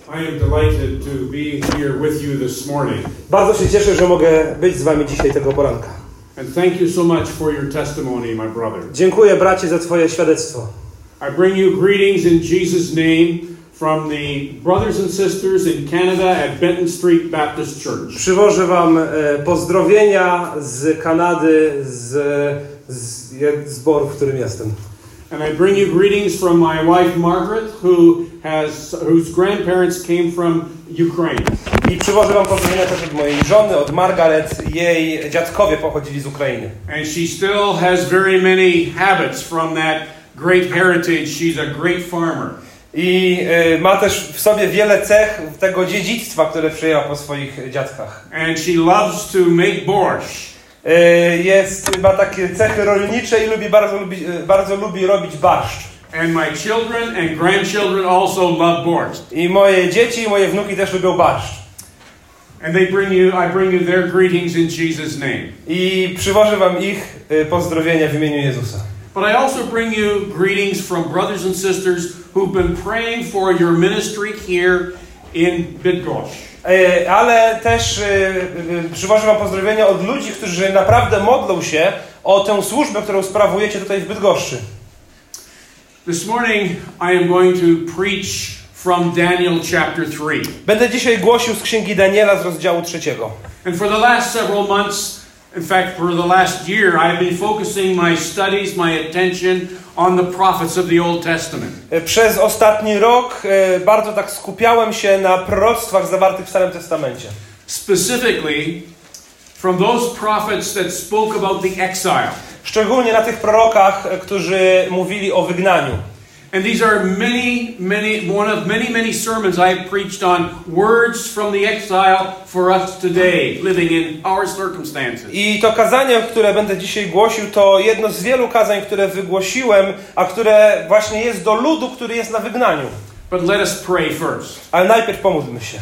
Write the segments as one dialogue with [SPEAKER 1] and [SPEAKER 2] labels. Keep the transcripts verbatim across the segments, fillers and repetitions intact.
[SPEAKER 1] I am delighted to be here with you this morning.
[SPEAKER 2] Bardzo się cieszę, że mogę być z wami dzisiaj tego poranka.
[SPEAKER 1] And thank you so much for your testimony, my brother.
[SPEAKER 2] Dziękuję, bracie, za twoje świadectwo.
[SPEAKER 1] I bring you greetings in Jesus' name from the brothers and sisters in Canada at Benton Street Baptist Church.
[SPEAKER 2] Przywożę wam e, pozdrowienia z Kanady, z, z zboru, w którym jestem.
[SPEAKER 1] And I bring you greetings from my wife Margaret, who has whose grandparents came from Ukraine.
[SPEAKER 2] I przywożę wam pozdrowienia też od mojej żony, od Margaret. Jej dziadkowie pochodzili z Ukrainy.
[SPEAKER 1] And she still has very many habits from that great heritage. She's a great farmer.
[SPEAKER 2] I y, ma też w sobie wiele cech tego dziedzictwa, które przyjęła po swoich dziadkach.
[SPEAKER 1] And she loves to make borscht.
[SPEAKER 2] Y, jest, ma takie cechy rolnicze i lubi bardzo, lubi, y, bardzo lubi robić barszcz.
[SPEAKER 1] And my children and grandchildren also love borscht.
[SPEAKER 2] I moje dzieci i moje wnuki też lubią barszcz.
[SPEAKER 1] And they bring you, I bring you their greetings in Jesus' name.
[SPEAKER 2] I przywożę wam ich y, pozdrowienia w imieniu Jezusa.
[SPEAKER 1] But I also bring you greetings from brothers and sisters who've been praying for your ministry here in Bydgoszcz.
[SPEAKER 2] Y, ale też y, y, przywożę wam pozdrowienia od ludzi, którzy naprawdę modlą się o tę służbę, którą sprawujecie tutaj w Bydgoszczy.
[SPEAKER 1] This morning I am going to preach from Daniel chapter three.
[SPEAKER 2] Będę dzisiaj głosił z Księgi Daniela z rozdziału trzeciego.
[SPEAKER 1] And for the last several months, in fact for the last year, I've been focusing my studies, my attention on the prophets of the Old Testament.
[SPEAKER 2] Przez ostatni rok e, bardzo tak skupiałem się na proroctwach zawartych w Starym Testamencie.
[SPEAKER 1] Specifically from those prophets that spoke about the exile.
[SPEAKER 2] Szczególnie na tych prorokach, e, którzy mówili o wygnaniu.
[SPEAKER 1] And these are many, many, one of many, many sermons I have preached on words from the exile for us today, living in our circumstances.
[SPEAKER 2] I to kazanie, które będę dzisiaj głosił, to jedno z wielu kazań, które wygłosiłem, a które właśnie jest do ludu, który jest na wygnaniu.
[SPEAKER 1] But let us pray first.
[SPEAKER 2] Ale najpierw pomódlmy się.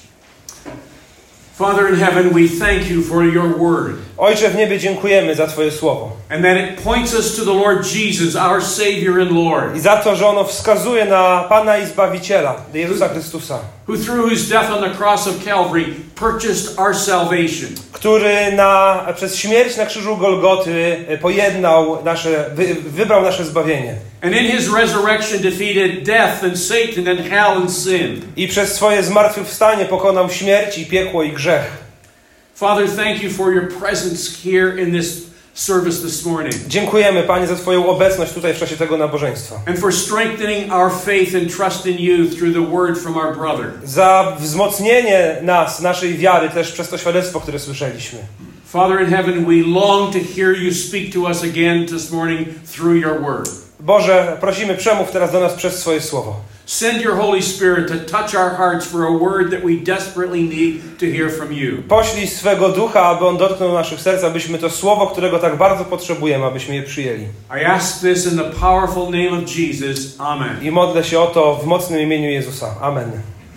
[SPEAKER 1] Father in heaven, we thank you for your word.
[SPEAKER 2] Ojcze w niebie, dziękujemy za Twoje słowo.
[SPEAKER 1] And that it points us to the Lord Jesus, our Savior and Lord.
[SPEAKER 2] I za to, że ono wskazuje na Pana i Zbawiciela, Jezusa Chrystusa.
[SPEAKER 1] Who through his death on the cross of Calvary purchased our salvation.
[SPEAKER 2] Który na, przez śmierć na krzyżu Golgoty pojednał nasze, wy, wybrał nasze zbawienie.
[SPEAKER 1] And in his resurrection defeated death and Satan and hell and sin.
[SPEAKER 2] I przez swoje zmartwychwstanie pokonał śmierć i piekło i grzech.
[SPEAKER 1] Father, thank you for your presence here in this service this morning.
[SPEAKER 2] Dziękujemy, Panie, za Twoją obecność tutaj w czasie tego nabożeństwa.
[SPEAKER 1] And for strengthening our faith and trust in you through the word from our brother.
[SPEAKER 2] Za wzmocnienie nas, naszej wiary też przez to świadectwo, które słyszeliśmy.
[SPEAKER 1] Father in heaven, we long to hear you speak to us again this morning through your word.
[SPEAKER 2] Boże, prosimy, przemów teraz do nas przez swoje słowo.
[SPEAKER 1] Send your Holy Spirit to touch our hearts for a word that we desperately need to hear from you.
[SPEAKER 2] Poślij swego ducha, aby on dotknął naszych serc, abyśmy to słowo, którego tak bardzo potrzebujemy, abyśmy je przyjęli.
[SPEAKER 1] I ask this in the powerful name of Jesus. Amen.
[SPEAKER 2] I modlę się o to w mocnym imieniu Jezusa. Amen.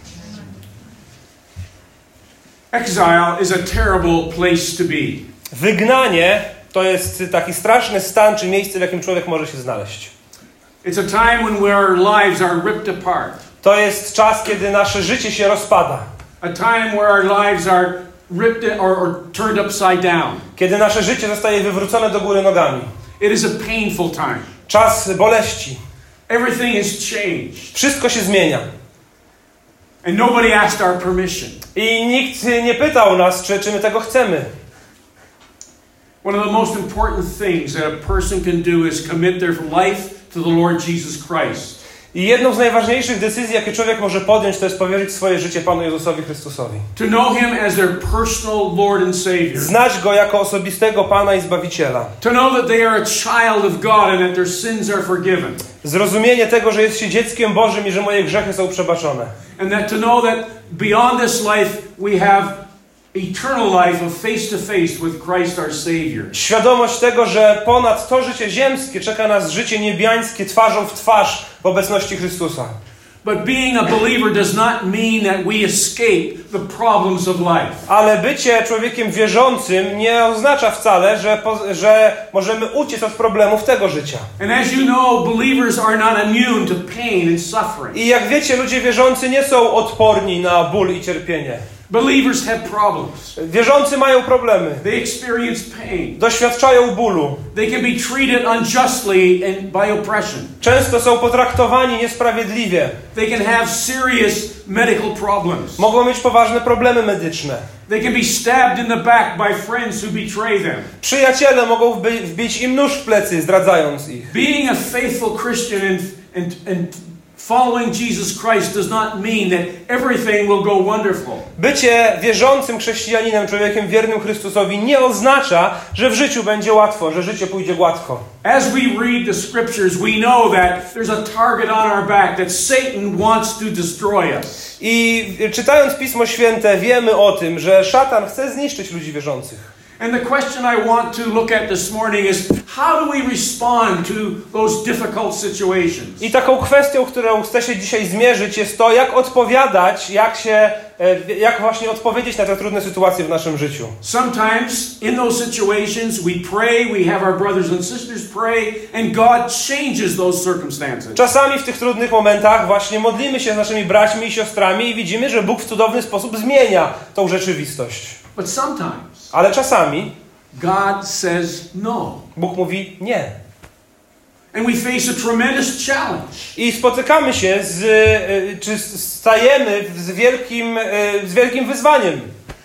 [SPEAKER 1] Exile is a terrible place to be.
[SPEAKER 2] Wygnanie to jest taki straszny stan czy miejsce, w jakim człowiek może się znaleźć.
[SPEAKER 1] It's a time when our lives are ripped apart.
[SPEAKER 2] To jest czas, kiedy nasze życie się rozpada.
[SPEAKER 1] A time where our lives are ripped or, or turned upside down.
[SPEAKER 2] Kiedy nasze życie zostaje wywrócone do góry nogami.
[SPEAKER 1] It is a painful time.
[SPEAKER 2] Czas boleści.
[SPEAKER 1] Everything has changed.
[SPEAKER 2] Wszystko się zmienia.
[SPEAKER 1] And nobody asked our permission.
[SPEAKER 2] I nikt nie pytał nas, czy, czy my tego chcemy.
[SPEAKER 1] One of the most important things that a person can do is commit their life to the Lord Jesus Christ.
[SPEAKER 2] I jedną z najważniejszych decyzji, jakie człowiek może podjąć, to jest powierzyć swoje życie Panu Jezusowi Chrystusowi.
[SPEAKER 1] To know him as their personal Lord and Savior.
[SPEAKER 2] Znać Go jako osobistego Pana i Zbawiciela.
[SPEAKER 1] To know that they are a child of God and that their sins are forgiven.
[SPEAKER 2] Zrozumienie tego, że jest się dzieckiem Bożym i że moje grzechy są przebaczone.
[SPEAKER 1] And that to know that beyond this life we have eternal life of face to face with Christ our Savior.
[SPEAKER 2] Świadomość tego, że ponad to życie ziemskie czeka nas życie niebiańskie twarzą w twarz w obecności Chrystusa.
[SPEAKER 1] But being a believer does not mean that we escape the problems of life.
[SPEAKER 2] Ale bycie człowiekiem wierzącym nie oznacza wcale, że, po, że możemy uciec od problemów tego życia.
[SPEAKER 1] And as you know, believers are not immune to pain and suffering.
[SPEAKER 2] I jak wiecie, ludzie wierzący nie są odporni na ból i cierpienie.
[SPEAKER 1] Believers have problems.
[SPEAKER 2] Wierzący mają problemy.
[SPEAKER 1] They experience pain.
[SPEAKER 2] Doświadczają bólu.
[SPEAKER 1] They can be treated unjustly and by oppression.
[SPEAKER 2] Często są potraktowani niesprawiedliwie.
[SPEAKER 1] They can have serious medical problems.
[SPEAKER 2] Mogą mieć poważne problemy medyczne.
[SPEAKER 1] They can be stabbed in the back by friends who betray them.
[SPEAKER 2] Przyjaciele mogą wbi- wbić im nóż w plecy, zdradzając ich.
[SPEAKER 1] Being a faithful Christian and, and, and following Jesus Christ does not mean that everything will go wonderful.
[SPEAKER 2] Bycie wierzącym chrześcijaninem, człowiekiem wiernym Chrystusowi nie oznacza, że w życiu będzie łatwo, że życie pójdzie gładko.
[SPEAKER 1] As we read the scriptures, we know that there's a target on our back, that Satan wants to destroy us.
[SPEAKER 2] I czytając Pismo Święte wiemy o tym, że szatan chce zniszczyć ludzi wierzących.
[SPEAKER 1] And the question I want to look at this morning is, how do we respond to those difficult situations?
[SPEAKER 2] I taką kwestią, którą chcę się dzisiaj zmierzyć, jest to, jak odpowiadać, jak się, jak właśnie odpowiedzieć na te trudne sytuacje w naszym życiu.
[SPEAKER 1] Sometimes in those situations we pray, we have our brothers and sisters pray, and God changes those circumstances.
[SPEAKER 2] Czasami w tych trudnych momentach właśnie modlimy się z naszymi braćmi i siostrami i widzimy, że Bóg w cudowny sposób zmienia tą rzeczywistość.
[SPEAKER 1] But sometimes
[SPEAKER 2] Ale czasami
[SPEAKER 1] God says no.
[SPEAKER 2] Bóg mówi nie.
[SPEAKER 1] And we face a tremendous challenge.
[SPEAKER 2] I spotykamy się z, czy stajemy z wielkim, z wielkim wyzwaniem.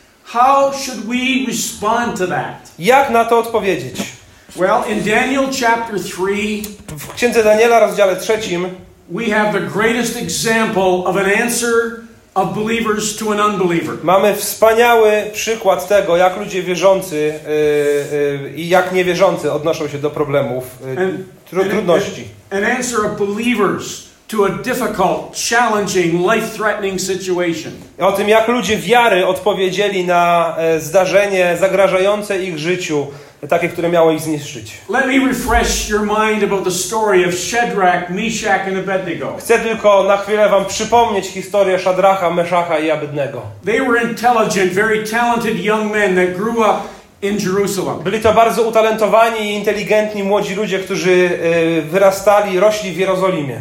[SPEAKER 1] How should we respond to that?
[SPEAKER 2] Jak na to odpowiedzieć?
[SPEAKER 1] Well, in Daniel chapter three,
[SPEAKER 2] W Księdze Daniela, rozdziale trzecim,
[SPEAKER 1] we have the greatest example of an answer of believers to an unbeliever.
[SPEAKER 2] mamy wspaniały przykład tego, jak ludzie wierzący yy, yy, i jak niewierzący odnoszą się do problemów, yy,
[SPEAKER 1] And,
[SPEAKER 2] tru, trudności.
[SPEAKER 1] an, an answer of believers to a difficult, challenging, life-threatening situation.
[SPEAKER 2] O tym, jak ludzie wiary odpowiedzieli na e, zdarzenie zagrażające ich życiu, takie, które miało ich zniszczyć.
[SPEAKER 1] Let me refresh your mind about the story of Shadrach, Meshach and Abednego.
[SPEAKER 2] Chcę tylko na chwilę wam przypomnieć historię Szadracha, Meszacha i Abednego.
[SPEAKER 1] They were intelligent, very talented young men that grew up in Jerusalem.
[SPEAKER 2] Byli to bardzo utalentowani i inteligentni młodzi ludzie, którzy e, wyrastali, rośli w Jerozolimie.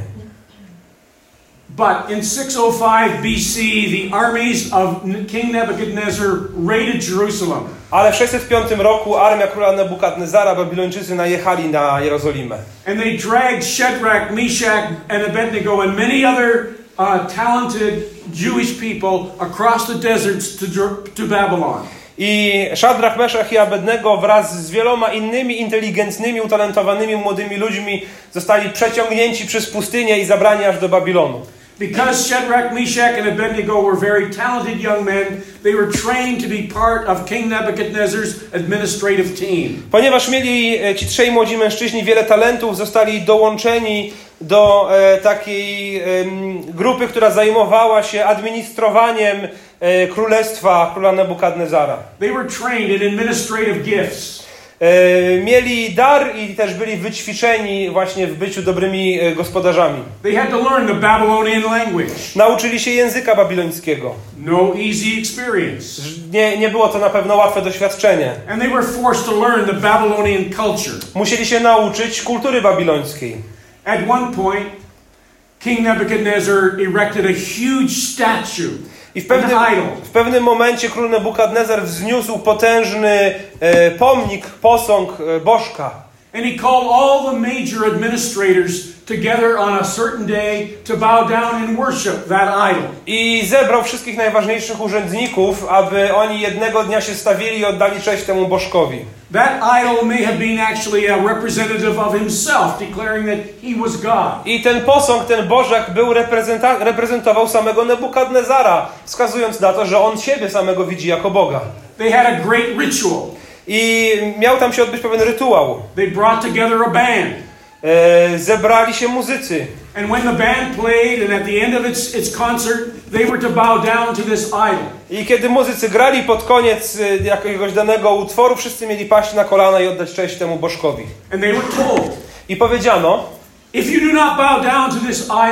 [SPEAKER 1] But in six oh five B C, the armies of King Nebuchadnezzar raided Jerusalem.
[SPEAKER 2] Ale w sześćset piątym roku armia króla Nebukadnezara, Babilończycy, najechali na Jerozolimę.
[SPEAKER 1] And they dragged Shadrach, Meshach and Abednego and many other uh, talented Jewish people across the deserts to, to Babylon.
[SPEAKER 2] I Szadrach, Meszach i Abednego wraz z wieloma innymi inteligentnymi, utalentowanymi młodymi ludźmi zostali przeciągnięci przez pustynię i zabrani aż do Babilonu.
[SPEAKER 1] Because Shadrach, Meshach and Abednego were very talented young men, they were trained to be part of King Nebuchadnezzar's administrative team.
[SPEAKER 2] Ponieważ mieli ci trzej młodzi mężczyźni wiele talentów, zostali dołączeni do e, takiej e, grupy, która zajmowała się administrowaniem e, królestwa króla Nebukadnezara.
[SPEAKER 1] They were trained in administrative gifts.
[SPEAKER 2] E, mieli dar i też byli wyćwiczeni właśnie w byciu dobrymi e, gospodarzami.
[SPEAKER 1] They had to learn the Babylonian language.
[SPEAKER 2] Nauczyli się języka babilońskiego.
[SPEAKER 1] No easy experience.
[SPEAKER 2] Nie, nie było to na pewno łatwe doświadczenie.
[SPEAKER 1] And they were forced to learn the Babylonian culture.
[SPEAKER 2] Musieli się nauczyć kultury babilońskiej.
[SPEAKER 1] At one point, King Nebuchadnezzar erected a huge statue.
[SPEAKER 2] I w pewnym, w pewnym momencie król Nebukadnezar wzniósł potężny e, pomnik, posąg e, bożka.
[SPEAKER 1] And he called all the major administrators together on a certain day to bow down and worship that idol.
[SPEAKER 2] I zebrał wszystkich najważniejszych urzędników, aby oni jednego dnia się stawili i oddali cześć temu bożkowi.
[SPEAKER 1] That idol may have been actually a representative of himself, declaring that he was God.
[SPEAKER 2] I ten posąg, ten bożek był reprezenta- reprezentował samego Nebukadnezara, wskazując na to, że on siebie samego widzi jako Boga.
[SPEAKER 1] They had a great ritual.
[SPEAKER 2] I miał tam się odbyć pewien rytuał.
[SPEAKER 1] They brought together a band.
[SPEAKER 2] E, zebrali się muzycy.
[SPEAKER 1] And when the band played and at the end of its, its concert, they were to bow down to this idol.
[SPEAKER 2] I kiedy muzycy grali pod koniec jakiegoś danego utworu, wszyscy mieli paść na kolana i oddać cześć temu bożkowi.
[SPEAKER 1] And they were told,
[SPEAKER 2] I powiedziano,
[SPEAKER 1] if you do not bow down to this idol,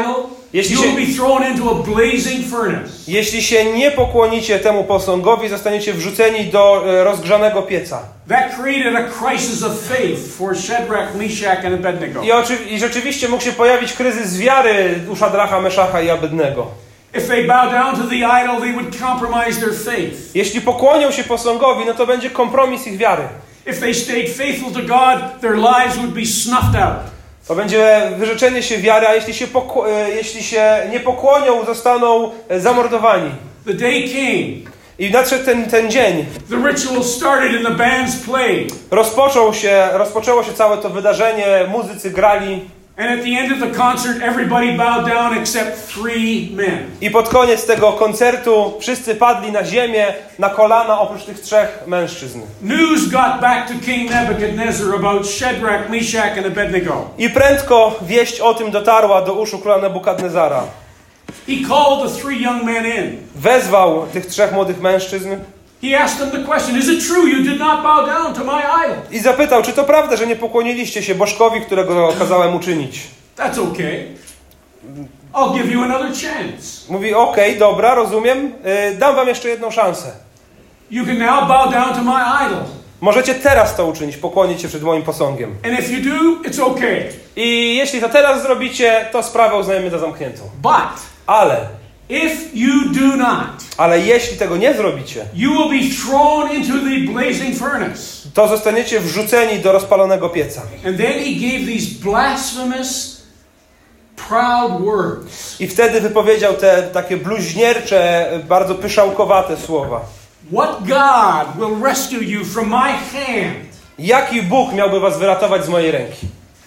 [SPEAKER 2] Jeśli
[SPEAKER 1] you
[SPEAKER 2] się,
[SPEAKER 1] will be thrown into a blazing furnace.
[SPEAKER 2] jeśli się nie pokłonicie temu posągowi, zostaniecie wrzuceni do e, rozgrzanego pieca.
[SPEAKER 1] That created a crisis of faith for Shadrach, Meshach and Abednego.
[SPEAKER 2] I, oczy, I rzeczywiście mógł się pojawić kryzys wiary u Szadracha, Meszacha i Abednego.
[SPEAKER 1] If they bow down to the idol, they would compromise their faith.
[SPEAKER 2] Jeśli pokłonią się posągowi, no to będzie kompromis ich wiary.
[SPEAKER 1] If they stayed faithful to God, their lives would be snuffed out.
[SPEAKER 2] To będzie wyrzeczenie się wiary, a jeśli się, pokło- jeśli się nie pokłonią, zostaną zamordowani.
[SPEAKER 1] The day came.
[SPEAKER 2] I nadszedł ten, ten dzień.
[SPEAKER 1] The ritual started and the bands played.
[SPEAKER 2] Rozpoczął się, rozpoczęło się całe to wydarzenie, muzycy grali.
[SPEAKER 1] And at the end of the concert, everybody bowed down except three men.
[SPEAKER 2] I pod koniec tego koncertu wszyscy padli na ziemię, na kolana, oprócz tych trzech mężczyzn.
[SPEAKER 1] News got back to King Nebuchadnezzar about Shadrach, Meshach and Abednego.
[SPEAKER 2] I prędko wieść o tym dotarła do uszu króla Nebukadnezara.
[SPEAKER 1] He called the three young men in.
[SPEAKER 2] Wezwał tych trzech młodych mężczyzn
[SPEAKER 1] He asked them the question, is it true you did not bow down to my idol?
[SPEAKER 2] i zapytał, czy to prawda, że nie pokłoniliście się bożkowi, którego kazałem uczynić.
[SPEAKER 1] That's okay. I'll give you another chance.
[SPEAKER 2] Mówi, okej, okay, dobra, rozumiem, yy, dam wam jeszcze jedną szansę.
[SPEAKER 1] You can now bow down to my idol.
[SPEAKER 2] Możecie teraz to uczynić, pokłonić się przed moim posągiem.
[SPEAKER 1] And if you do, it's okay.
[SPEAKER 2] I jeśli to teraz zrobicie, to sprawę uznajemy za zamkniętą.
[SPEAKER 1] But
[SPEAKER 2] Ale,
[SPEAKER 1] if you do not,
[SPEAKER 2] ale jeśli tego nie zrobicie,
[SPEAKER 1] you will be thrown into the blazing furnace.
[SPEAKER 2] to zostaniecie wrzuceni do rozpalonego pieca.
[SPEAKER 1] And then he gave these blasphemous, proud words.
[SPEAKER 2] I wtedy wypowiedział te takie bluźniercze, bardzo pyszałkowate słowa.
[SPEAKER 1] What God will rescue you from my hand?
[SPEAKER 2] Jaki Bóg miałby was wyratować z mojej ręki?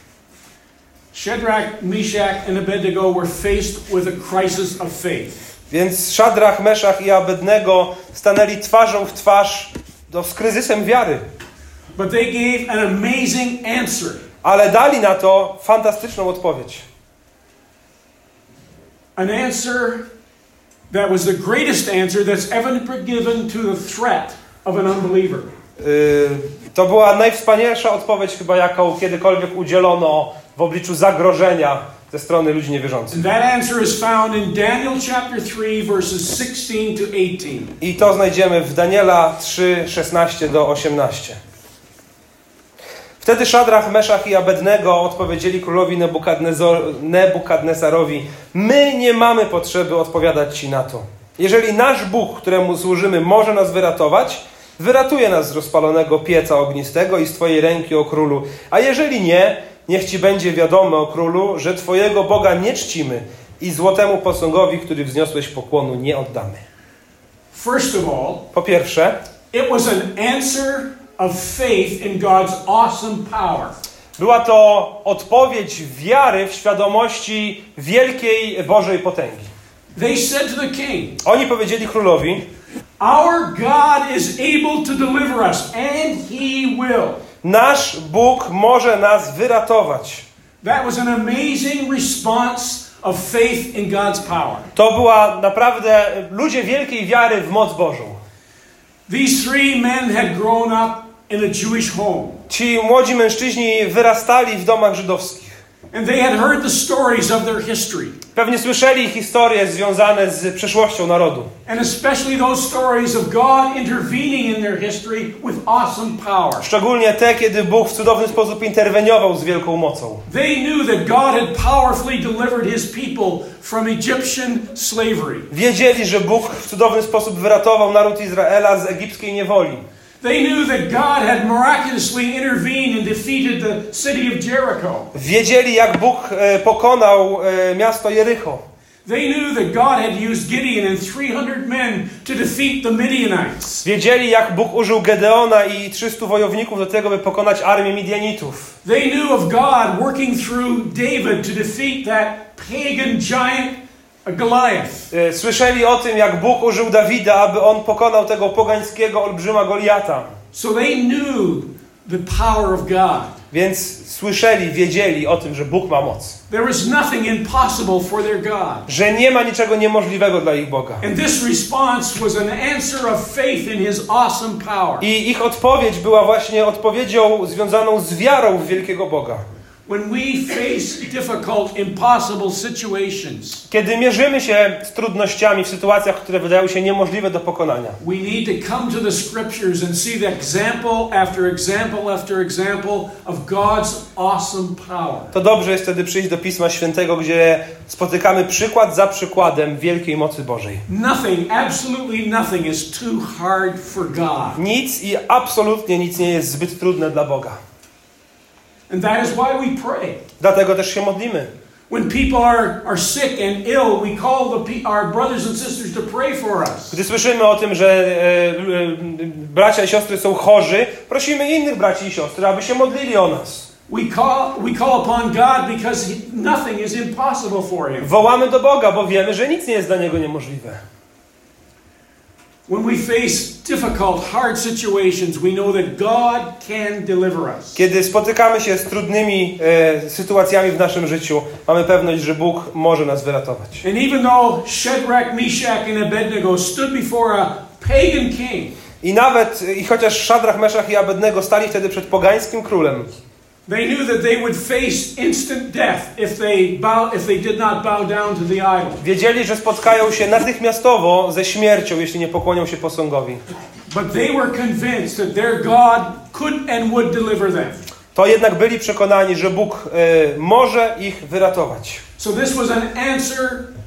[SPEAKER 1] Shadrach, Meshach and Abednego were faced with a crisis of faith.
[SPEAKER 2] Więc Szadrach, Meszach i Abednego stanęli twarzą w twarz do, z kryzysem wiary.
[SPEAKER 1] But they gave an amazing answer.
[SPEAKER 2] Ale dali na to fantastyczną odpowiedź.
[SPEAKER 1] An answer that was the greatest answer that's ever been given to the threat of an unbeliever.
[SPEAKER 2] Yy, to była najwspanialsza odpowiedź chyba, jaką kiedykolwiek udzielono w obliczu zagrożenia ze strony ludzi niewierzących.
[SPEAKER 1] And that answer is found in Daniel chapter three verses sixteen to eighteen.
[SPEAKER 2] I to znajdziemy w Daniela trzy, szesnaście do osiemnaście. Wtedy Szadrach, Meszach i Abednego odpowiedzieli królowi Nebukadnezarowi: my nie mamy potrzeby odpowiadać ci na to. Jeżeli nasz Bóg, któremu służymy, może nas wyratować, wyratuje nas z rozpalonego pieca ognistego i z twojej ręki, o królu. A jeżeli nie, niech ci będzie wiadome, o królu, że twojego Boga nie czcimy i złotemu posągowi, który wzniosłeś pokłonu, nie oddamy.
[SPEAKER 1] First of all,
[SPEAKER 2] Po pierwsze,
[SPEAKER 1] it was an answer of faith in God's awesome power.
[SPEAKER 2] była to odpowiedź wiary w świadomości wielkiej Bożej potęgi.
[SPEAKER 1] They said to the king,
[SPEAKER 2] Oni powiedzieli królowi:
[SPEAKER 1] our God is able to deliver us, and he will.
[SPEAKER 2] nasz Bóg może nas wyratować.
[SPEAKER 1] That was an amazing response of faith in God's power.
[SPEAKER 2] To była naprawdę ludzie wielkiej wiary w moc Bożą.
[SPEAKER 1] These three men had grown up in a Jewish home.
[SPEAKER 2] Ci młodzi mężczyźni wyrastali w domach żydowskich.
[SPEAKER 1] And they had heard the stories of their history.
[SPEAKER 2] Pewnie słyszeli historie związane z przeszłością narodu.
[SPEAKER 1] And especially those stories of God intervening in their history with awesome power.
[SPEAKER 2] Szczególnie te, kiedy Bóg w cudowny sposób interweniował z wielką mocą.
[SPEAKER 1] They knew that God had powerfully delivered his people from Egyptian slavery.
[SPEAKER 2] Wiedzieli, że Bóg w cudowny sposób wyratował naród Izraela z egipskiej niewoli.
[SPEAKER 1] They knew that God had miraculously intervened and defeated the city of Jericho.
[SPEAKER 2] Wiedzieli, jak Bóg e, pokonał e, miasto Jericho.
[SPEAKER 1] They knew that God had used Gideon and three hundred men to defeat the Midianites.
[SPEAKER 2] Wiedzieli, jak Bóg użył Gedeona i trzystu wojowników do tego, by pokonać armię Midianitów.
[SPEAKER 1] They knew of God working through David to defeat that pagan giant Goliath.
[SPEAKER 2] E, Słyszeli o tym, jak Bóg użył Dawida, aby on pokonał tego pogańskiego olbrzyma Goliata.
[SPEAKER 1] So they knew the power of God.
[SPEAKER 2] Więc słyszeli, wiedzieli o tym, że Bóg ma moc.
[SPEAKER 1] There was nothing impossible for their God.
[SPEAKER 2] Że nie ma niczego niemożliwego dla ich Boga.
[SPEAKER 1] And this response was an answer of faith in his awesome power.
[SPEAKER 2] I ich odpowiedź była właśnie odpowiedzią związaną z wiarą w wielkiego Boga.
[SPEAKER 1] When we face difficult, impossible situations,
[SPEAKER 2] Kiedy mierzymy się z trudnościami w sytuacjach, które wydają się niemożliwe do pokonania,
[SPEAKER 1] we need to come to the scriptures and see the example after example after example of God's awesome power.
[SPEAKER 2] to dobrze jest wtedy przyjść do Pisma Świętego, gdzie spotykamy przykład za przykładem wielkiej mocy Bożej.
[SPEAKER 1] Nothing, absolutely nothing is too hard for God.
[SPEAKER 2] Nic i absolutnie nic nie jest zbyt trudne dla Boga.
[SPEAKER 1] And that is why we pray.
[SPEAKER 2] Dlatego też się modlimy.
[SPEAKER 1] When people are, are sick and ill, we call the, pe- our brothers and sisters to pray for us.
[SPEAKER 2] Gdy słyszymy o tym, że e, e, bracia i siostry są chorzy, prosimy innych braci i siostry, aby się modlili o nas.
[SPEAKER 1] We call, we call upon God because he, nothing is impossible for Him.
[SPEAKER 2] Wołamy do Boga, bo wiemy, że nic nie jest dla Niego niemożliwe.
[SPEAKER 1] When we face difficult, hard situations, we know that God can deliver us.
[SPEAKER 2] Kiedy spotykamy się z trudnymi e, sytuacjami w naszym życiu, mamy pewność, że Bóg może nas wyratować.
[SPEAKER 1] And even though Shadrach, Meshach, and Abednego stood before a pagan king,
[SPEAKER 2] I nawet, i chociaż Szadrach, Meszach i Abednego stali wtedy przed pogańskim królem,
[SPEAKER 1] they knew that they would face instant death if they bow, if they did not bow down to the idol.
[SPEAKER 2] wiedzieli, że spotkają się natychmiastowo ze śmiercią, jeśli nie pokłonią się posągowi.
[SPEAKER 1] But they were convinced that their God could and would deliver them.
[SPEAKER 2] To jednak byli przekonani, że Bóg e, może ich wyratować.
[SPEAKER 1] So this was an answer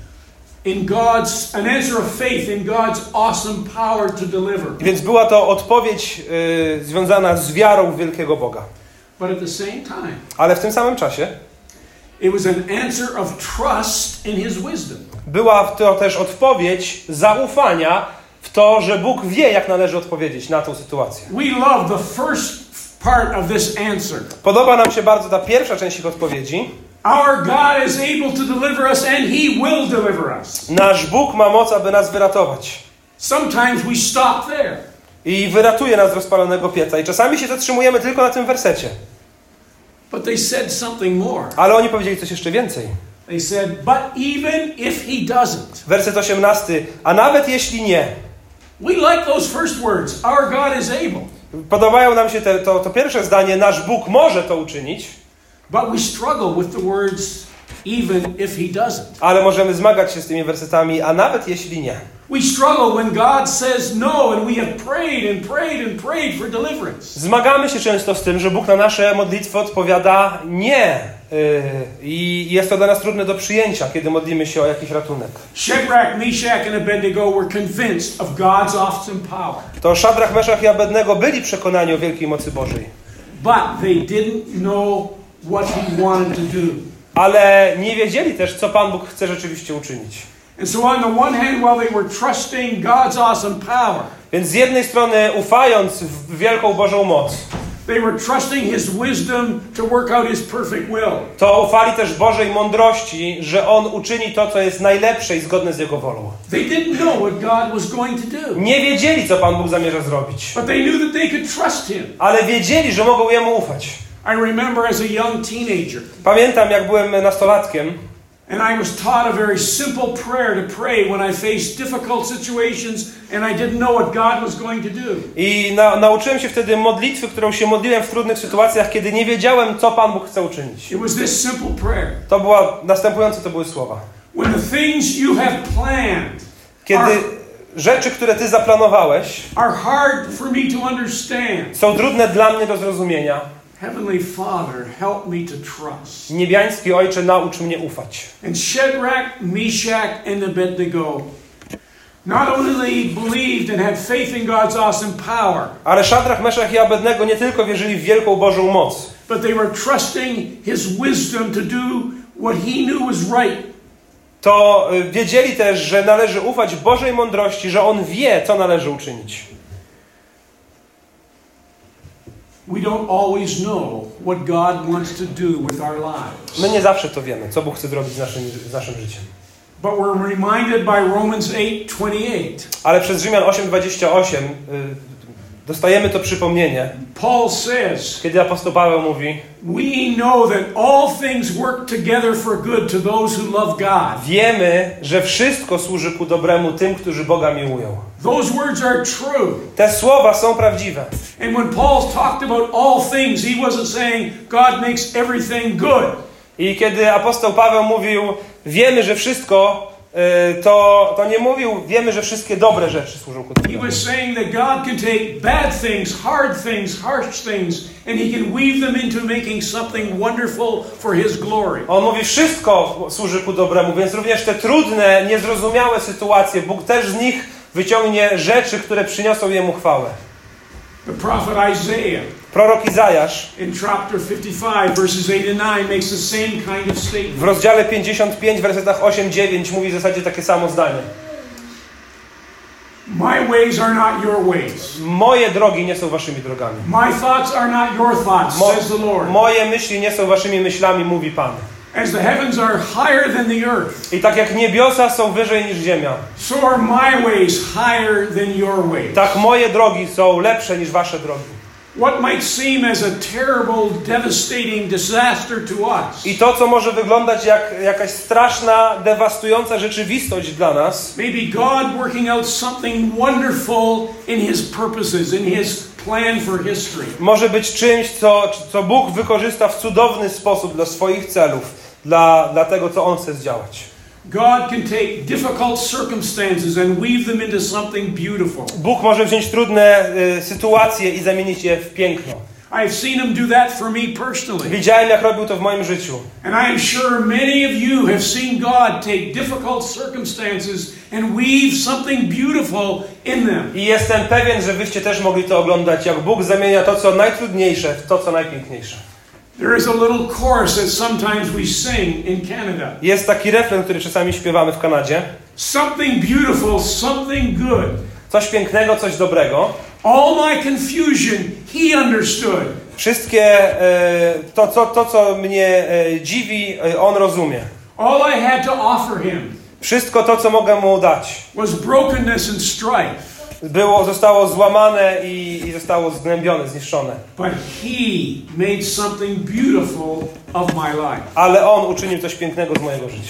[SPEAKER 1] in God's, an answer of faith in God's awesome power to deliver.
[SPEAKER 2] Więc była to odpowiedź e, związana z wiarą w wielkiego Boga.
[SPEAKER 1] But at the same time,
[SPEAKER 2] Ale w tym samym czasie
[SPEAKER 1] it was an answer of trust in His wisdom.
[SPEAKER 2] była to też odpowiedź zaufania w to, że Bóg wie, jak należy odpowiedzieć na tę sytuację.
[SPEAKER 1] We love the first part of this answer.
[SPEAKER 2] Podoba nam się bardzo ta pierwsza część ich odpowiedzi.
[SPEAKER 1] Our God is able to deliver us and He will deliver us.
[SPEAKER 2] Nasz Bóg ma moc, aby nas wyratować.
[SPEAKER 1] Sometimes we stop there.
[SPEAKER 2] I wyratuje nas z rozpalonego pieca. I czasami się zatrzymujemy tylko na tym wersecie.
[SPEAKER 1] But they said something more.
[SPEAKER 2] Ale oni powiedzieli coś jeszcze więcej.
[SPEAKER 1] They said, but even if He doesn't.
[SPEAKER 2] Werset osiemnasty. A nawet jeśli nie.
[SPEAKER 1] We like those first words. Our God is able.
[SPEAKER 2] Podobają nam się te, to, to pierwsze zdanie. Nasz Bóg może to uczynić.
[SPEAKER 1] But we struggle with the words, even if He doesn't.
[SPEAKER 2] Ale możemy zmagać się z tymi wersetami. A nawet jeśli nie.
[SPEAKER 1] We struggle when God says no and we have prayed and prayed and prayed for deliverance.
[SPEAKER 2] Zmagamy się często z tym, że Bóg na nasze modlitwy odpowiada nie. Yy, I jest to dla nas trudne do przyjęcia, kiedy modlimy się o jakiś ratunek.
[SPEAKER 1] Shadrach, Meshach and Abednego were convinced of God's awesome power.
[SPEAKER 2] To Szadrach, Meszach i Abednego byli przekonani o wielkiej mocy Bożej.
[SPEAKER 1] But they didn't know what He wanted to do.
[SPEAKER 2] Ale nie wiedzieli też, co Pan Bóg chce rzeczywiście uczynić.
[SPEAKER 1] And so on the one hand, while they were trusting God's awesome power,
[SPEAKER 2] Więc z jednej strony ufając w wielką Bożą moc,
[SPEAKER 1] they were trusting His wisdom to work out His perfect will.
[SPEAKER 2] to ufali też Bożej mądrości, że On uczyni to, co jest najlepsze i zgodne z Jego wolą.
[SPEAKER 1] They didn't know what God was going to do.
[SPEAKER 2] Nie wiedzieli, co Pan Bóg zamierza zrobić.
[SPEAKER 1] But they knew that they could trust Him.
[SPEAKER 2] Ale wiedzieli, że mogą Jemu ufać.
[SPEAKER 1] I remember as a young teenager,
[SPEAKER 2] Pamiętam, jak byłem nastolatkiem
[SPEAKER 1] and I was taught a very simple prayer to pray when I faced difficult situations and I didn't know what God was going to do.
[SPEAKER 2] i na, nauczyłem się wtedy modlitwy, którą się modliłem w trudnych sytuacjach, kiedy nie wiedziałem, co Pan Bóg chce uczynić.
[SPEAKER 1] It was this simple prayer.
[SPEAKER 2] To była, następujące to były słowa.
[SPEAKER 1] When the things you have planned
[SPEAKER 2] Kiedy
[SPEAKER 1] are,
[SPEAKER 2] rzeczy, które Ty zaplanowałeś,
[SPEAKER 1] are hard for me to understand,
[SPEAKER 2] są trudne dla mnie do zrozumienia,
[SPEAKER 1] Heavenly Father, help me to trust.
[SPEAKER 2] niebiański Ojcze, naucz mnie ufać.
[SPEAKER 1] And Shadrach, Meshach, and Abednego not only believed and had faith in God's awesome power,
[SPEAKER 2] Ale Szadrach, Meszach i Abednego nie tylko wierzyli w wielką Bożą moc,
[SPEAKER 1] but they were trusting His wisdom to do what He knew was right.
[SPEAKER 2] to wiedzieli też, że należy ufać Bożej mądrości, że On wie, co należy uczynić.
[SPEAKER 1] We don't always know what God wants to do with our lives.
[SPEAKER 2] My nie zawsze to wiemy, co Bóg chce zrobić z naszym, z naszym życiem.
[SPEAKER 1] But we're reminded by Romans eight twenty-eight
[SPEAKER 2] Ale przez Rzymian osiem dwadzieścia osiem dostajemy to przypomnienie,
[SPEAKER 1] Paul says,
[SPEAKER 2] kiedy apostoł Paweł mówi:
[SPEAKER 1] we know that all things work together for good to those who love God.
[SPEAKER 2] wiemy, że wszystko służy ku dobremu tym, którzy Boga miłują.
[SPEAKER 1] Those words are true.
[SPEAKER 2] Te słowa są prawdziwe.
[SPEAKER 1] And when Paul talked about all things, he wasn't saying God makes everything good.
[SPEAKER 2] I kiedy apostoł Paweł mówił, wiemy, że wszystko, to, to nie mówił, wiemy, że wszystkie dobre rzeczy służą ku
[SPEAKER 1] He
[SPEAKER 2] dobremu.
[SPEAKER 1] was saying that God can take bad things, hard things, harsh things, and he can weave them into making something wonderful for his glory.
[SPEAKER 2] On mówi, wszystko służy ku dobremu, więc również te trudne, niezrozumiałe sytuacje, Bóg też z nich wyciągnie rzeczy, które przyniosą Jemu chwałę.
[SPEAKER 1] The prophet Isaiah
[SPEAKER 2] Prorok Izajasz
[SPEAKER 1] in chapter fifty-five, verses eight and nine makes the same kind of statement.
[SPEAKER 2] w rozdziale pięćdziesiąt pięć, w wersetach osiem dziewięć mówi w zasadzie takie samo zdanie.
[SPEAKER 1] My ways are not your ways.
[SPEAKER 2] Moje drogi nie są waszymi drogami.
[SPEAKER 1] My thoughts are not your thoughts,
[SPEAKER 2] Mo-
[SPEAKER 1] says the Lord.
[SPEAKER 2] moje myśli nie są waszymi myślami, mówi Pan.
[SPEAKER 1] As the heavens are higher than the earth,
[SPEAKER 2] I tak jak niebiosa są wyżej niż ziemia,
[SPEAKER 1] so are my ways higher than your ways.
[SPEAKER 2] tak moje drogi są lepsze niż wasze drogi.
[SPEAKER 1] What might seem as a terrible, devastating disaster to us
[SPEAKER 2] I to, co może wyglądać jak jakaś straszna, dewastująca rzeczywistość dla nas,
[SPEAKER 1] may be God working out something wonderful in His purposes, in His plan for history.
[SPEAKER 2] może być czymś, co, co Bóg wykorzysta w cudowny sposób dla swoich celów, dla, dla tego, co On chce zdziałać.
[SPEAKER 1] God can take difficult circumstances and weave them into something beautiful.
[SPEAKER 2] Bóg może wziąć trudne y, sytuacje i zamienić je w piękno.
[SPEAKER 1] I've seen Him do that for me personally.
[SPEAKER 2] Widziałem, jak robił to w moim życiu.
[SPEAKER 1] And I am sure many of you have seen God take difficult circumstances and weave something beautiful in them.
[SPEAKER 2] I jestem pewien, że wyście też mogli to oglądać, jak Bóg zamienia to, co najtrudniejsze, w to, co najpiękniejsze.
[SPEAKER 1] There is a little chorus that sometimes we sing in Canada.
[SPEAKER 2] Jest taki refren, który czasami śpiewamy w Kanadzie.
[SPEAKER 1] Something beautiful, something good.
[SPEAKER 2] Coś pięknego, coś dobrego.
[SPEAKER 1] All my confusion, He understood.
[SPEAKER 2] Wszystkie, e, to, to, to, co mnie e, dziwi, e, On rozumie.
[SPEAKER 1] All I had to offer Him
[SPEAKER 2] Wszystko to, co mogę Mu dać,
[SPEAKER 1] was brokenness and strife.
[SPEAKER 2] było, zostało złamane i, i zostało zgnębione, zniszczone.
[SPEAKER 1] But He made something beautiful of my life.
[SPEAKER 2] Ale On uczynił coś pięknego z mojego życia.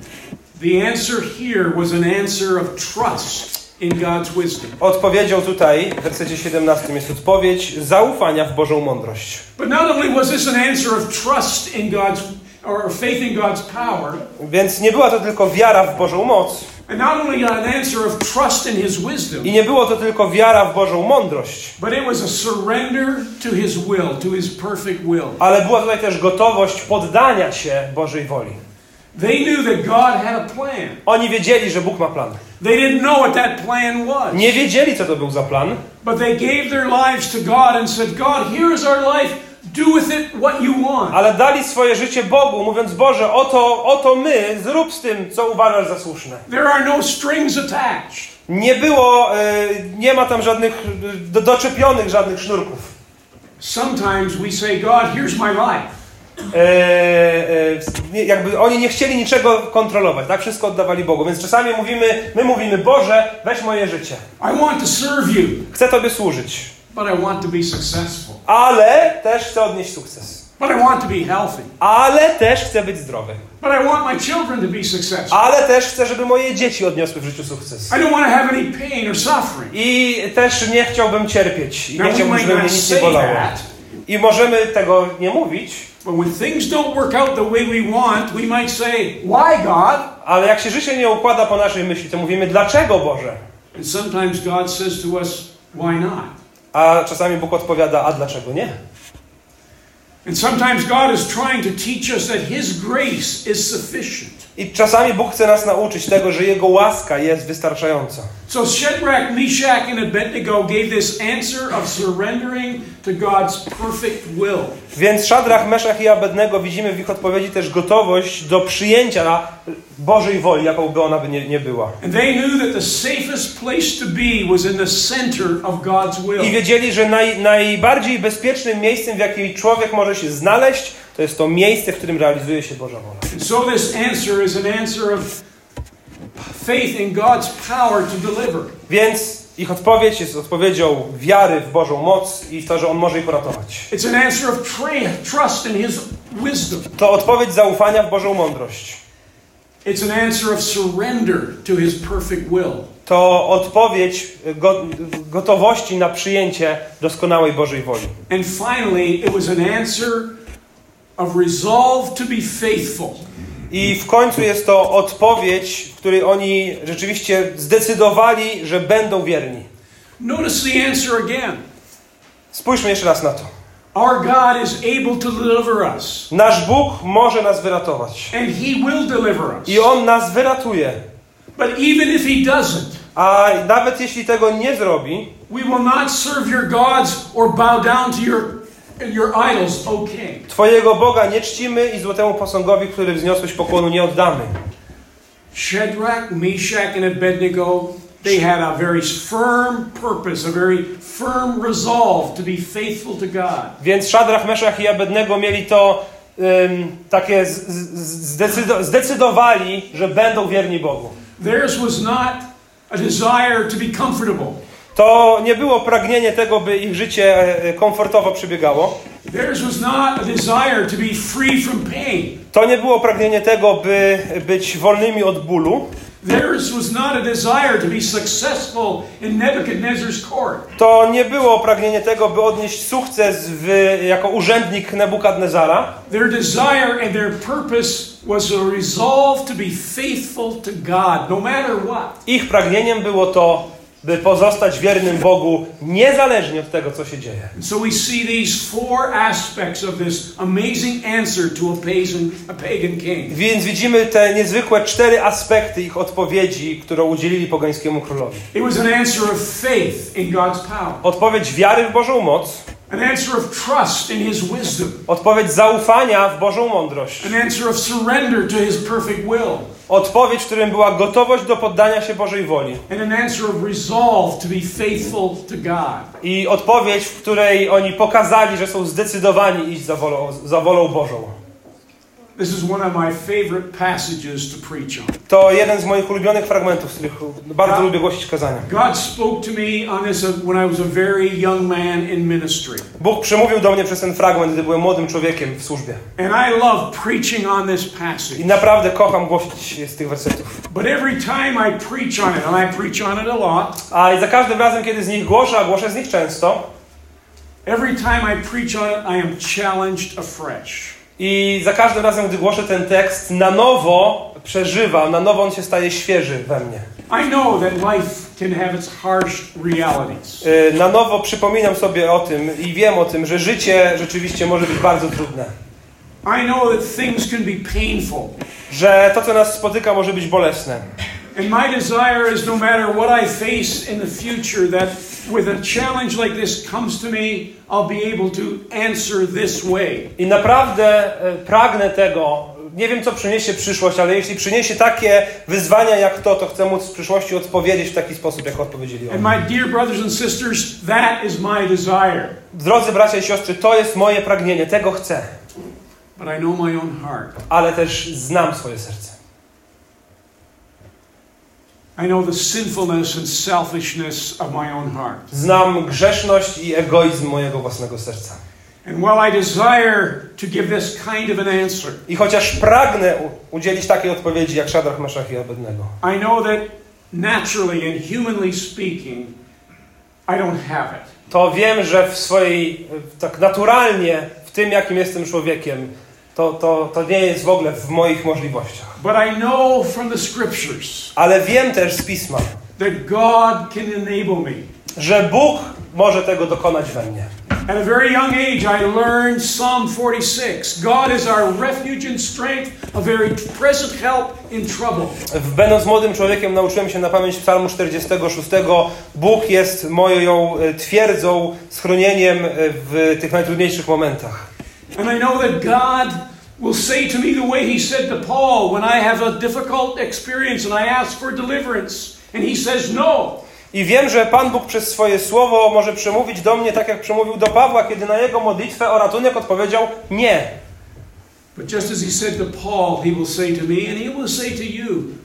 [SPEAKER 1] The answer here was an answer of trust in God's wisdom.
[SPEAKER 2] Odpowiedzią tutaj, w wersecie siedemnastym jest odpowiedź zaufania w Bożą mądrość.
[SPEAKER 1] But not only was this an answer of trust in God's, or faith in God's power,
[SPEAKER 2] Więc nie była to tylko wiara w Bożą moc
[SPEAKER 1] and not only an answer of trust in His wisdom,
[SPEAKER 2] i nie było to tylko wiara w Bożą mądrość,
[SPEAKER 1] but it was a surrender to His will, to His perfect will.
[SPEAKER 2] ale była tutaj też gotowość poddania się Bożej woli.
[SPEAKER 1] They knew that God had a plan.
[SPEAKER 2] Oni wiedzieli, że Bóg ma plan.
[SPEAKER 1] They didn't know what that plan was.
[SPEAKER 2] Nie wiedzieli, co to był za plan,
[SPEAKER 1] But they gave their lives to God and said, God, here is our life. Do with it what you want.
[SPEAKER 2] ale dali swoje życie Bogu, mówiąc: Boże, oto, oto my, zrób z tym, co uważasz za słuszne.
[SPEAKER 1] There are no strings attached.
[SPEAKER 2] Nie było, e, nie ma tam żadnych e, do, doczepionych żadnych sznurków.
[SPEAKER 1] Sometimes we say, God, here's my life.
[SPEAKER 2] E, e, nie- jakby oni nie chcieli niczego kontrolować, tak? Wszystko oddawali Bogu. Więc czasami mówimy, my mówimy: Boże, weź moje życie.
[SPEAKER 1] I want to serve you,
[SPEAKER 2] Chcę Tobie służyć,
[SPEAKER 1] but I want to be successful.
[SPEAKER 2] ale też chcę odnieść sukces.
[SPEAKER 1] But I want to be healthy.
[SPEAKER 2] Ale też chcę być zdrowy.
[SPEAKER 1] But I want my children to be successful.
[SPEAKER 2] Ale też chcę, żeby moje dzieci odniosły w życiu sukces.
[SPEAKER 1] I don't want to have any pain or suffering.
[SPEAKER 2] I też nie chciałbym cierpieć. I
[SPEAKER 1] Now
[SPEAKER 2] nie
[SPEAKER 1] we
[SPEAKER 2] chciałbym,
[SPEAKER 1] might
[SPEAKER 2] żeby mnie
[SPEAKER 1] not
[SPEAKER 2] nic nie
[SPEAKER 1] say
[SPEAKER 2] bolało.
[SPEAKER 1] that,
[SPEAKER 2] I możemy tego nie mówić,
[SPEAKER 1] but when things don't work out the way we want, we might say, why, God?
[SPEAKER 2] ale jak się życie nie układa po naszej myśli, to mówimy: dlaczego, Boże?
[SPEAKER 1] And sometimes God says to us, why not?
[SPEAKER 2] A czasami Bóg odpowiada: a dlaczego nie?
[SPEAKER 1] And sometimes God is trying to teach us that His grace is sufficient.
[SPEAKER 2] I czasami Bóg chce nas nauczyć tego, że Jego łaska jest wystarczająca.
[SPEAKER 1] So Shadrach, Meshach, and Abednego gave this answer of surrendering to God's perfect will.
[SPEAKER 2] Więc Szadrach, Meszach i Abednego, widzimy w ich odpowiedzi też gotowość do przyjęcia Bożej woli, jaką by ona by nie, nie była.
[SPEAKER 1] And they knew that the safest place to be was in the center of God's
[SPEAKER 2] I
[SPEAKER 1] will.
[SPEAKER 2] wiedzieli, że naj, najbardziej bezpiecznym miejscem, w jakim człowiek może się znaleźć, to jest to miejsce, w którym realizuje się Boża wola.
[SPEAKER 1] And so this answer is an answer of faith in God's power to deliver.
[SPEAKER 2] Więc Ich odpowiedź jest odpowiedzią wiary w Bożą moc i w to, że On może ich uratować.
[SPEAKER 1] It's an answer of trust in His wisdom.
[SPEAKER 2] To odpowiedź zaufania w Bożą mądrość.
[SPEAKER 1] It's an answer of surrender to His perfect will.
[SPEAKER 2] To odpowiedź go, gotowości na przyjęcie doskonałej Bożej woli.
[SPEAKER 1] And finally, it was an answer of resolve to be faithful.
[SPEAKER 2] I w końcu jest to odpowiedź, w której oni rzeczywiście zdecydowali, że będą wierni.
[SPEAKER 1] Notice the answer again.
[SPEAKER 2] Spójrzmy jeszcze raz na to.
[SPEAKER 1] Our God is able to deliver us.
[SPEAKER 2] Nasz Bóg może nas wyratować.
[SPEAKER 1] And He will deliver us.
[SPEAKER 2] I On nas wyratuje.
[SPEAKER 1] But even if He doesn't,
[SPEAKER 2] a nawet jeśli tego nie zrobi,
[SPEAKER 1] we will not serve your gods or bow down to your, your idols, O King.
[SPEAKER 2] Twojego Boga nie czcimy i złotemu posągowi, który wzniosłeś pokłonu, nie oddamy.
[SPEAKER 1] Shadrach, Meshach and Abednego, they had a very firm purpose, a very firm resolve to be faithful to God.
[SPEAKER 2] Więc Szadrach, Meszach i Abednego mieli to um, takie z, z, zdecydo- zdecydowali, że będą wierni Bogu.
[SPEAKER 1] Theirs was not a desire to be comfortable.
[SPEAKER 2] To nie było pragnienie tego, by ich życie komfortowo przebiegało.
[SPEAKER 1] Theirs was not a desire to be free from pain.
[SPEAKER 2] To nie było pragnienie tego, by być wolnymi od bólu.
[SPEAKER 1] Theirs was not a desire to be successful in Nebuchadnezzar's court.
[SPEAKER 2] To nie było pragnienie tego, by odnieść sukces w, jako urzędnik Nebukadnezara.
[SPEAKER 1] Their desire and their purpose was a resolve to be faithful to God, no matter what.
[SPEAKER 2] Ich pragnieniem było to, by pozostać wiernym Bogu niezależnie od tego, co się dzieje.
[SPEAKER 1] So we see these four aspects of this amazing answer to a pagan, a pagan king.
[SPEAKER 2] Więc widzimy te niezwykłe cztery aspekty ich odpowiedzi, którą udzielili pogańskiemu królowi.
[SPEAKER 1] It was an answer of faith in God's power.
[SPEAKER 2] Odpowiedź wiary w Bożą moc.
[SPEAKER 1] An answer of trust in His wisdom.
[SPEAKER 2] Odpowiedź zaufania w Bożą mądrość.
[SPEAKER 1] An answer of surrender to His perfect will.
[SPEAKER 2] Odpowiedź, w którym była gotowość do poddania się Bożej woli.
[SPEAKER 1] And an answer of resolve to be faithful to God.
[SPEAKER 2] I odpowiedź, w której oni pokazali, że są zdecydowani iść za wolą, za wolą Bożą.
[SPEAKER 1] This is one of my favorite passages to preach on.
[SPEAKER 2] To jeden z moich ulubionych fragmentów, z których bardzo
[SPEAKER 1] God,
[SPEAKER 2] lubię głosić kazania.
[SPEAKER 1] God spoke to me on this when I was a very young man in ministry.
[SPEAKER 2] Bóg przemówił do mnie przez ten fragment, gdy byłem młodym człowiekiem w służbie.
[SPEAKER 1] And I love preaching on this passage.
[SPEAKER 2] I naprawdę kocham głosić z tych wersetów.
[SPEAKER 1] But every time I preach on it, and I preach on it a lot.
[SPEAKER 2] A i za każdym razem, kiedy z nich głoszę, a głoszę z nich często.
[SPEAKER 1] Every time I preach on it, I am challenged afresh.
[SPEAKER 2] I za każdym razem, gdy głoszę ten tekst, na nowo przeżywam, na nowo on się staje świeży we mnie.
[SPEAKER 1] I know that life can have its harsh realities.
[SPEAKER 2] Na nowo przypominam sobie o tym i wiem o tym, że życie rzeczywiście może być bardzo trudne.
[SPEAKER 1] I know that things can be painful.
[SPEAKER 2] Że to, co nas spotyka, może być bolesne.
[SPEAKER 1] And my desire is no matter what I face in the future, that with a challenge like this comes to me, I'll be able to answer this way.
[SPEAKER 2] I naprawdę e, pragnę tego, nie wiem co przyniesie przyszłość, ale jeśli przyniesie takie wyzwania jak to, to chcę móc w przyszłości odpowiedzieć w taki sposób, jak odpowiedzieli
[SPEAKER 1] And
[SPEAKER 2] oni.
[SPEAKER 1] my dear brothers and sisters, that is my desire.
[SPEAKER 2] Drodzy bracia i siostry, to jest moje pragnienie, tego chcę.
[SPEAKER 1] But I know my own heart.
[SPEAKER 2] Ale też znam swoje serce.
[SPEAKER 1] I know the sinfulness and selfishness of my own heart.
[SPEAKER 2] Znam grzeszność i egoizm mojego własnego serca.
[SPEAKER 1] And while I desire to give this kind of an answer,
[SPEAKER 2] I chociaż pragnę u- udzielić takiej odpowiedzi jak Szadrach, Meszach i Abednego,
[SPEAKER 1] I know that naturally and humanly speaking, I don't have it.
[SPEAKER 2] to wiem, że w swojej, tak naturalnie, w tym jakim jestem człowiekiem, to, to, to nie jest w ogóle w moich możliwościach.
[SPEAKER 1] But I know from the scriptures
[SPEAKER 2] Ale wiem też z Pisma,
[SPEAKER 1] that God can enable me.
[SPEAKER 2] że Bóg może tego dokonać we mnie.
[SPEAKER 1] At a very young age, I learned Psalm forty-six. God is our refuge and strength, a very present help in trouble.
[SPEAKER 2] Będąc młodym człowiekiem, nauczyłem się na pamięć Psalmu czterdziestego szóstego. Bóg jest moją twierdzą, schronieniem w tych najtrudniejszych momentach.
[SPEAKER 1] And I know that God will say to me the way He said to Paul when I have a difficult experience and I ask for deliverance, and He says no.
[SPEAKER 2] I wiem, że Pan Bóg przez swoje słowo może przemówić do mnie tak, jak przemówił do Pawła, kiedy na jego modlitwę o ratunek odpowiedział nie.
[SPEAKER 1] But just as He said to Paul, He will say to me, and He will say to you,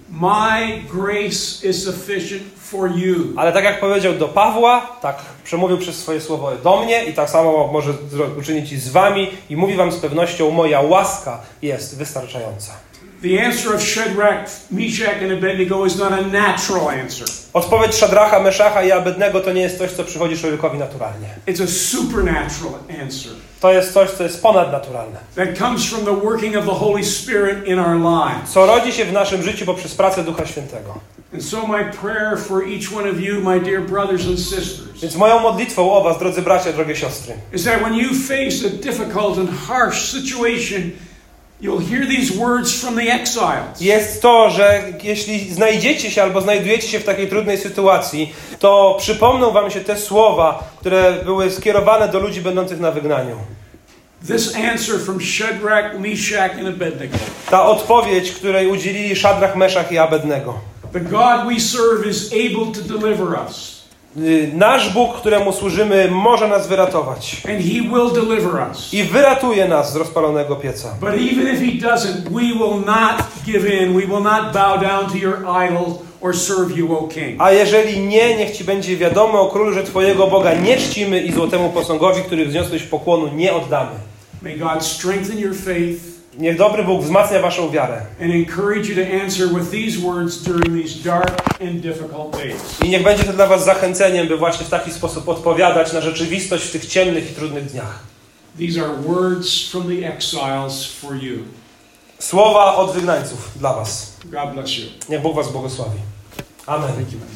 [SPEAKER 1] My grace is sufficient for you.
[SPEAKER 2] Ale tak jak powiedział do Pawła, tak przemówił przez swoje słowo do mnie i tak samo może uczynić i z wami i mówi wam z pewnością, moja łaska jest wystarczająca.
[SPEAKER 1] The answer of Shadrach, Meshach and Abednego is not a natural answer.
[SPEAKER 2] Odpowiedź Szadracha, Meszacha i Abednego to nie jest coś, co przychodzi człowiekowi naturalnie.
[SPEAKER 1] It's a supernatural answer.
[SPEAKER 2] To jest coś, co jest ponadnaturalne.
[SPEAKER 1] That comes from the working of the Holy Spirit in our lives.
[SPEAKER 2] Co rodzi się w naszym życiu poprzez pracę Ducha Świętego.
[SPEAKER 1] And so my prayer for each one of you, my dear brothers and sisters,
[SPEAKER 2] Więc moją modlitwą o was, drodzy bracia, drogie siostry,
[SPEAKER 1] is that when you face a difficult and harsh situation, you'll hear these words from the exiles.
[SPEAKER 2] jest to, że jeśli znajdziecie się albo znajdujecie się w takiej trudnej sytuacji, to przypomną wam się te słowa, które były skierowane do ludzi będących na wygnaniu.
[SPEAKER 1] This answer from Shadrach, Meshach and Abednego.
[SPEAKER 2] Ta odpowiedź, której udzielili Szadrach, Meszach i Abednego.
[SPEAKER 1] The God we serve is able to deliver us.
[SPEAKER 2] Y, Nasz Bóg, któremu służymy, może nas wyratować.
[SPEAKER 1] And He will deliver us.
[SPEAKER 2] I wyratuje nas z rozpalonego pieca.
[SPEAKER 1] But even if He doesn't, we will not give in. We will not bow down to your idol or serve you, O King.
[SPEAKER 2] A jeżeli nie, niech ci będzie wiadomo, o królu, że twojego Boga nie czcimy i złotemu posągowi, który wzniosłeś pokłonu, nie oddamy.
[SPEAKER 1] May God strengthen your faith.
[SPEAKER 2] Niech dobry Bóg wzmacnia waszą wiarę.
[SPEAKER 1] And encourage you to answer with these words during these dark and difficult days.
[SPEAKER 2] I niech będzie to dla was zachęceniem, by właśnie w taki sposób odpowiadać na rzeczywistość w tych ciemnych i trudnych dniach.
[SPEAKER 1] These are words from the exiles for you.
[SPEAKER 2] Słowa od wygnańców dla was.
[SPEAKER 1] God bless you.
[SPEAKER 2] Niech Bóg was błogosławi. Amen.
[SPEAKER 1] Thank you, man.